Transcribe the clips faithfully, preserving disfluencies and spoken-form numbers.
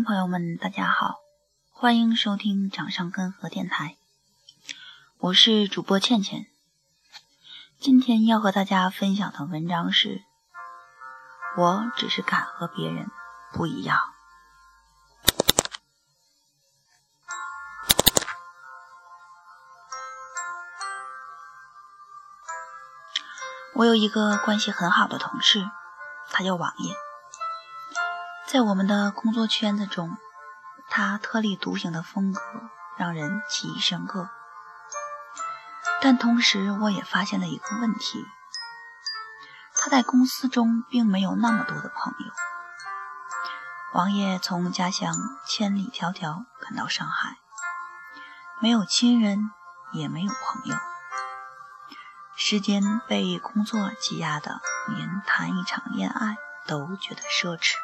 朋友们大家好，欢迎收听掌上根河电台，我是主播倩倩。今天要和大家分享的文章是我只是敢和别人不一样。我有一个关系很好的同事，他叫王爷。在我们的工作圈子中，他特立独行的风格让人记忆深刻。但同时我也发现了一个问题，他在公司中并没有那么多的朋友。王爷从家乡千里迢迢赶到上海，没有亲人，也没有朋友，时间被工作挤压的连谈一场恋爱都觉得奢侈。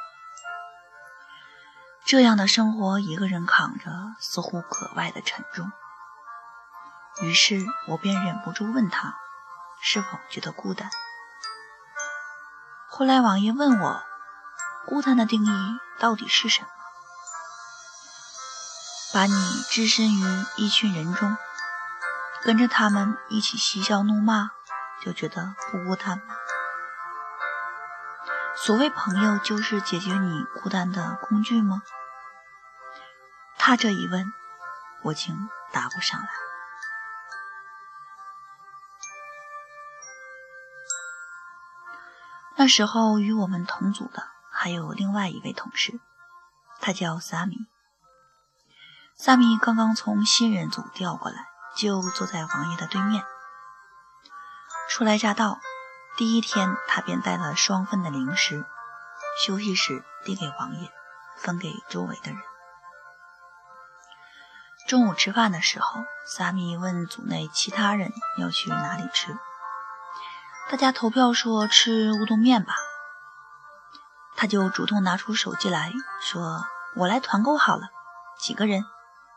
这样的生活一个人扛着似乎格外的沉重，于是我便忍不住问他是否觉得孤单。后来王爷问我，孤单的定义到底是什么？把你置身于一群人中，跟着他们一起嬉笑怒骂，就觉得不孤单吗？所谓朋友就是解决你孤单的工具吗？他这一问，我竟答不上来。那时候与我们同组的还有另外一位同事，他叫萨米。萨米刚刚从新人组调过来，就坐在王爷的对面。初来乍到，第一天他便带了双份的零食，休息时递给王爷，分给周围的人。中午吃饭的时候，萨米问组内其他人要去哪里吃，大家投票说吃乌冬面吧。他就主动拿出手机来说，我来团购好了，几个人。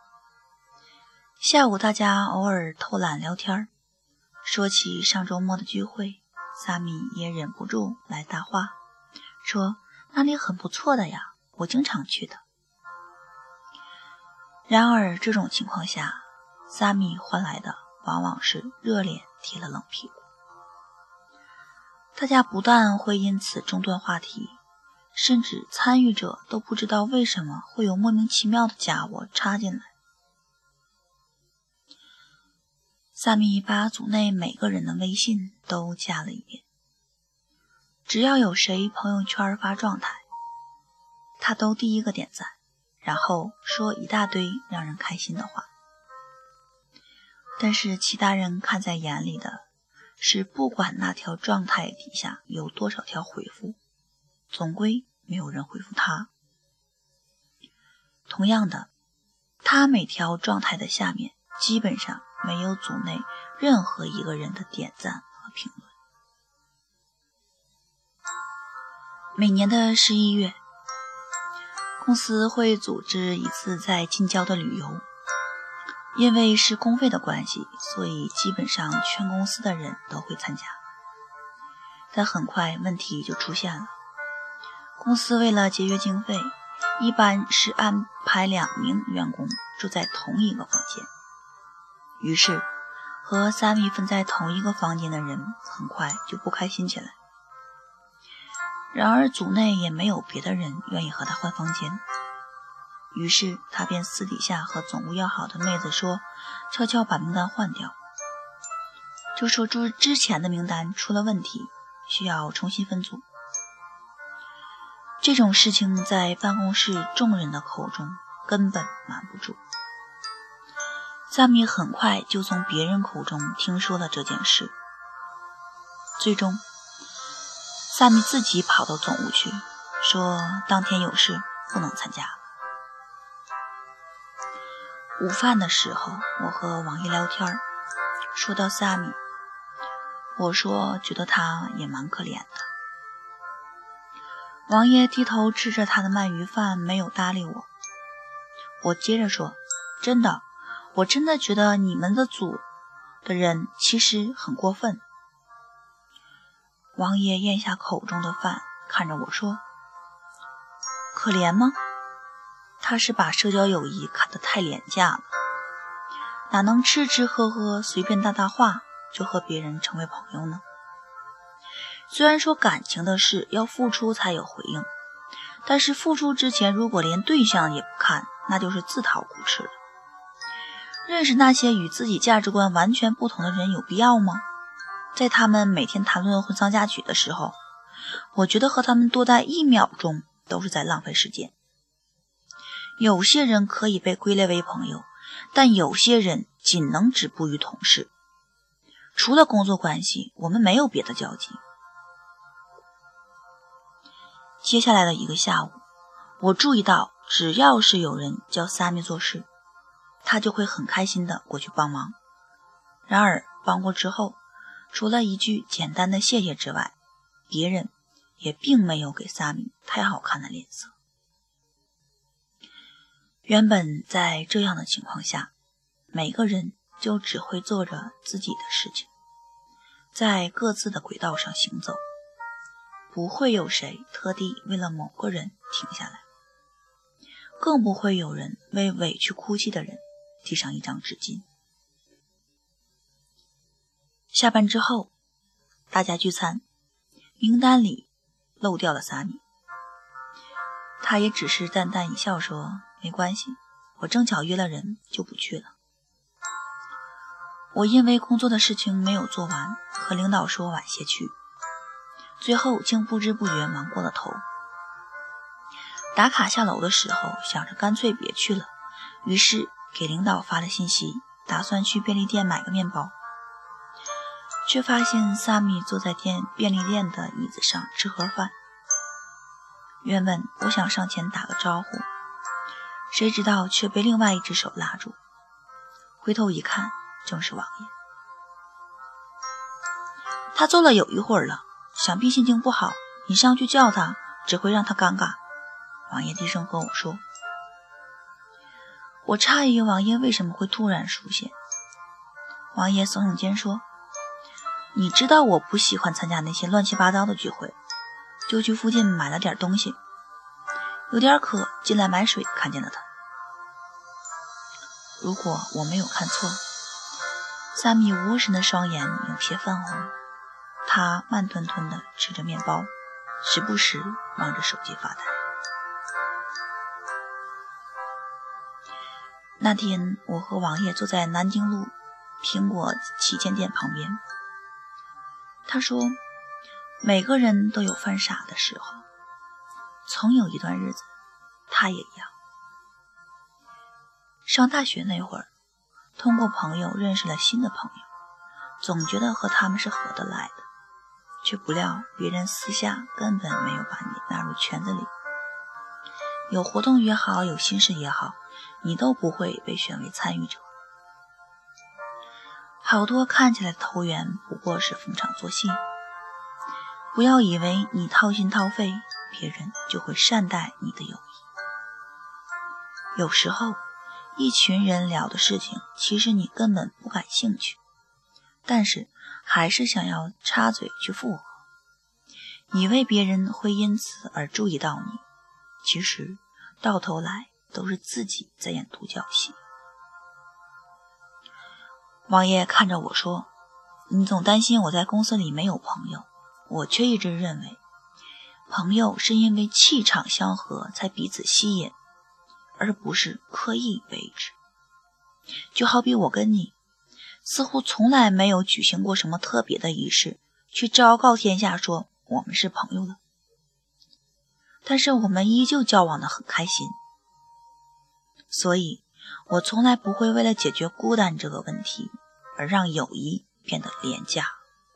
下午大家偶尔偷懒聊天，说起上周末的聚会，萨米也忍不住来搭话，说那里很不错的呀，我经常去的。然而这种情况下，萨米换来的往往是热脸贴了冷屁股。大家不但会因此中断话题，甚至参与者都不知道为什么会有莫名其妙的家伙插进来。萨米把组内每个人的微信都加了一遍，只要有谁朋友圈发状态，他都第一个点赞，然后说一大堆让人开心的话。但是其他人看在眼里的是，不管那条状态底下有多少条回复，总归没有人回复他。同样的，他每条状态的下面基本上没有组内任何一个人的点赞和评论。每年的十一月，公司会组织一次在近郊的旅游，因为是公费的关系，所以基本上全公司的人都会参加。但很快问题就出现了，公司为了节约经费，一般是安排两名员工住在同一个房间。于是和萨米分在同一个房间的人很快就不开心起来。然而组内也没有别的人愿意和他换房间，于是他便私底下和总务要好的妹子说，悄悄把名单换掉，就说之之前的名单出了问题，需要重新分组。这种事情在办公室众人的口中根本瞒不住。萨米很快就从别人口中听说了这件事，最终萨米自己跑到总务去，说当天有事不能参加。午饭的时候，我和王爷聊天，说到萨米，我说觉得他也蛮可怜的。王爷低头吃着他的鳗鱼饭，没有搭理我。我接着说，真的，我真的觉得你们的组的人其实很过分。王爷咽下口中的饭，看着我说，可怜吗？ 他是把社交友谊看得太廉价了，哪能吃吃喝喝随便搭搭话就和别人成为朋友呢？虽然说感情的事要付出才有回应，但是付出之前如果连对象也不看，那就是自讨苦吃了。认识那些与自己价值观完全不同的人有必要吗？在他们每天谈论婚丧嫁娶的时候，我觉得和他们多待一秒钟都是在浪费时间。有些人可以被归类为朋友，但有些人仅能止步于同事。除了工作关系，我们没有别的交集。接下来的一个下午，我注意到只要是有人叫萨米做事，他就会很开心地过去帮忙。然而帮过之后，除了一句简单的谢谢之外，别人也并没有给萨米太好看的脸色。原本在这样的情况下，每个人就只会做着自己的事情，在各自的轨道上行走，不会有谁特地为了某个人停下来，更不会有人为委屈哭泣的人递上一张纸巾。下班之后，大家聚餐，名单里漏掉了萨米，他也只是淡淡一笑说，没关系，我正巧约了人，就不去了。我因为工作的事情没有做完，和领导说晚些去，最后竟不知不觉忙过了头。打卡下楼的时候，想着干脆别去了，于是给领导发了信息，打算去便利店买个面包，却发现萨米坐在店便利店的椅子上吃盒饭。原本我想上前打个招呼，谁知道却被另外一只手拉住，回头一看，正是王爷。他坐了有一会儿了，想必心情不好，你上去叫他只会让他尴尬。王爷低声和我说。我诧异王爷为什么会突然出现。王爷耸耸肩说，你知道我不喜欢参加那些乱七八糟的聚会，就去附近买了点东西，有点渴，进来买水看见了他。如果我没有看错，萨米无神的双眼有些泛红，他慢吞吞地吃着面包，时不时望着手机发呆。那天我和王爷坐在南京路苹果旗舰店旁边，他说，每个人都有犯傻的时候，曾有一段日子他也一样。上大学那会儿，通过朋友认识了新的朋友，总觉得和他们是合得来的，却不料别人私下根本没有把你纳入圈子里，有活动也好，有心事也好，你都不会被选为参与者。好多看起来的投缘不过是逢场作戏，不要以为你掏心掏肺，别人就会善待你的友谊。有时候一群人聊的事情，其实你根本不感兴趣，但是还是想要插嘴去附和，以为别人会因此而注意到你，其实到头来都是自己在演独角戏。王爷看着我说，你总担心我在公司里没有朋友，我却一直认为朋友是因为气场相合才彼此吸引，而不是刻意为之。就好比我跟你似乎从来没有举行过什么特别的仪式去昭告天下说我们是朋友了，但是我们依旧交往得很开心。所以我从来不会为了解决孤单这个问题而让友谊变得廉价。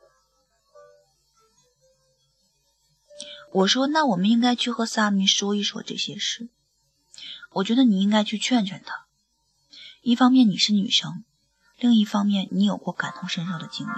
我说，那我们应该去和萨米说一说这些事，我觉得你应该去劝劝他。一方面你是女生，另一方面你有过感同身受的经历。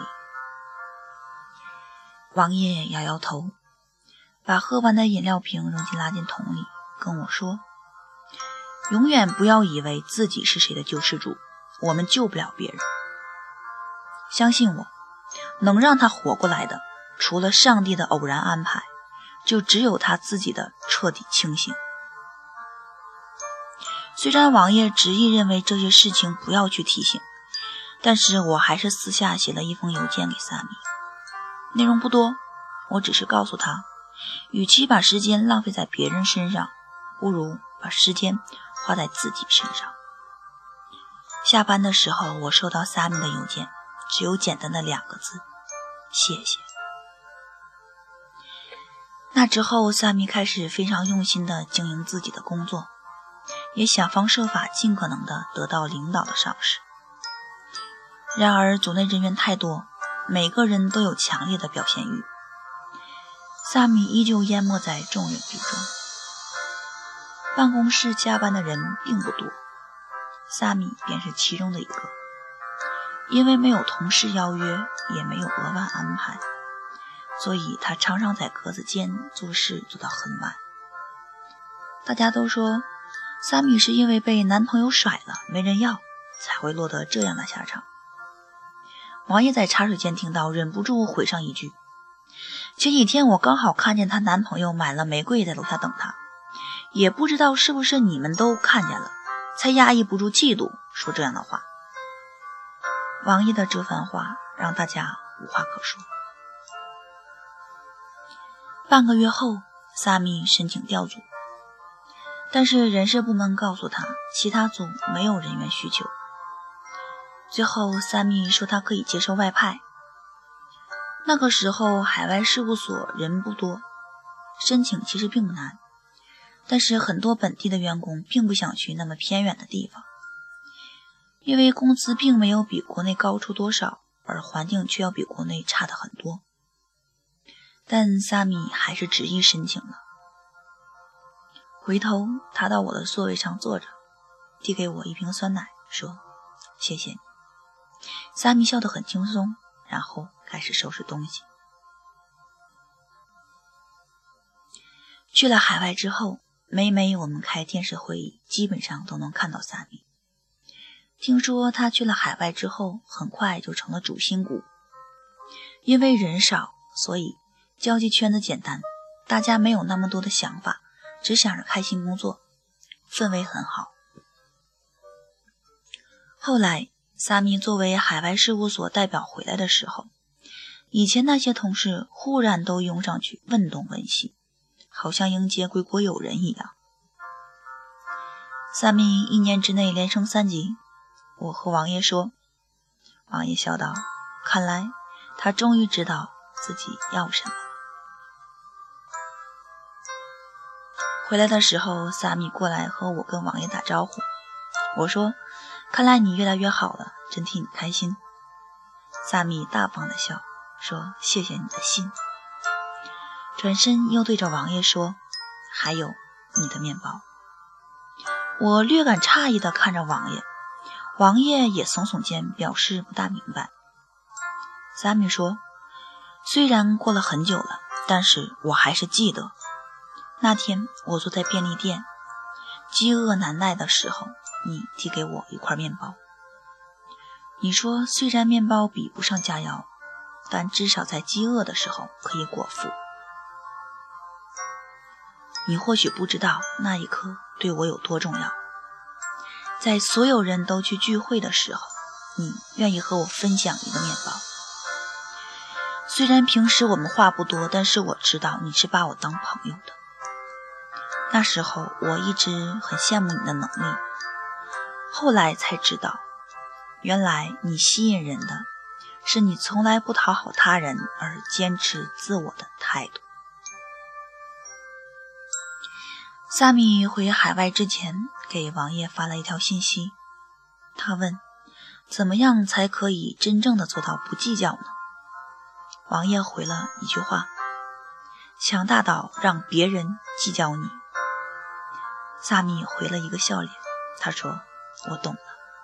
王爷摇摇头，把喝完的饮料瓶扔进垃圾桶里，跟我说，永远不要以为自己是谁的救世主，我们救不了别人。相信我，能让他活过来的，除了上帝的偶然安排，就只有他自己的彻底清醒。 虽然王爷执意认为这些事情不要去提醒，但是我还是私下写了一封邮件给萨米，内容不多，我只是告诉他，与其把时间浪费在别人身上，不如把时间花在自己身上。下班的时候，我收到萨米的邮件，只有简单的两个字：谢谢。那之后，萨米开始非常用心地经营自己的工作，也想方设法尽可能地得到领导的赏识。然而组内人员太多，每个人都有强烈的表现欲，萨米依旧淹没在众人之中。办公室加班的人并不多，萨米便是其中的一个。因为没有同事邀约，也没有额外安排，所以他常常在格子间做事做到很晚。大家都说萨米是因为被男朋友甩了没人要，才会落得这样的下场。王爷在茶水间听到，忍不住回上一句，前几天我刚好看见她男朋友买了玫瑰在楼下等她，也不知道是不是你们都看见了，才压抑不住嫉妒说这样的话。王爷的这番话让大家无话可说。半个月后，萨米申请调组，但是人事部门告诉他其他组没有人员需求。最后萨米说他可以接受外派。那个时候海外事务所人不多，申请其实并不难，但是很多本地的员工并不想去那么偏远的地方，因为工资并没有比国内高出多少，而环境却要比国内差得很多。但萨米还是执意申请了。回头他到我的座位上坐着，递给我一瓶酸奶，说谢谢你。萨米笑得很轻松，然后开始收拾东西。去了海外之后，每每我们开电视会议，基本上都能看到萨米。听说他去了海外之后，很快就成了主心骨。因为人少，所以交际圈子简单，大家没有那么多的想法，只想着开心工作，氛围很好。后来萨米作为海外事务所代表回来的时候，以前那些同事忽然都拥上去问东问西，好像迎接归国友人一样。萨米一年之内连升三级，我和王爷说，王爷笑道，看来他终于知道自己要什么了。回来的时候，萨米过来和我跟王爷打招呼，我说，看来你越来越好了，真替你开心。萨米大方地笑，说谢谢你的信。转身又对着王爷说，还有你的面包。我略感诧异地看着王爷，王爷也耸耸肩，表示不大明白。萨米说，虽然过了很久了，但是我还是记得那天我坐在便利店，饥饿难耐的时候，你递给我一块面包。你说虽然面包比不上佳肴，但至少在饥饿的时候可以果腹。你或许不知道那一刻对我有多重要。在所有人都去聚会的时候，你愿意和我分享一个面包。虽然平时我们话不多，但是我知道你是把我当朋友的。那时候我一直很羡慕你的能力，后来才知道，原来你吸引人的是你从来不讨好他人而坚持自我的态度。萨米回海外之前给王爷发了一条信息，他问怎么样才可以真正的做到不计较呢？王爷回了一句话，强大到让别人计较你。萨米回了一个笑脸，他说我懂了。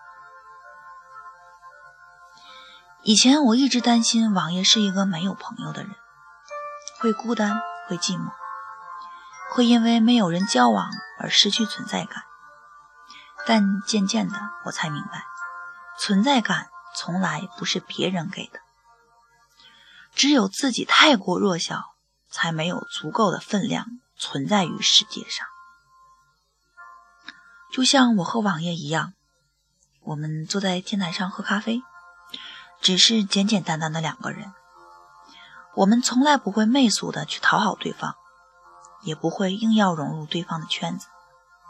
以前我一直担心王爷是一个没有朋友的人，会孤单，会寂寞，会因为没有人交往而失去存在感。但渐渐的我才明白，存在感从来不是别人给的，只有自己太过弱小，才没有足够的分量存在于世界上。 就像我和王爷一样，我们坐在天台上喝咖啡，只是简简单单的两个人。我们从来不会媚俗的去讨好对方，也不会硬要融入对方的圈子。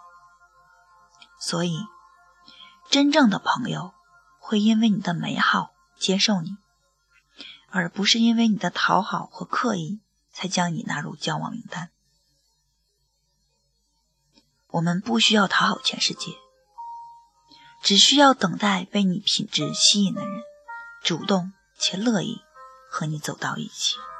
所以，真正的朋友会因为你的美好接受你，而不是因为你的讨好和刻意才将你纳入交往名单。我们不需要讨好全世界，只需要等待被你品质吸引的人，主动且乐意和你走到一起。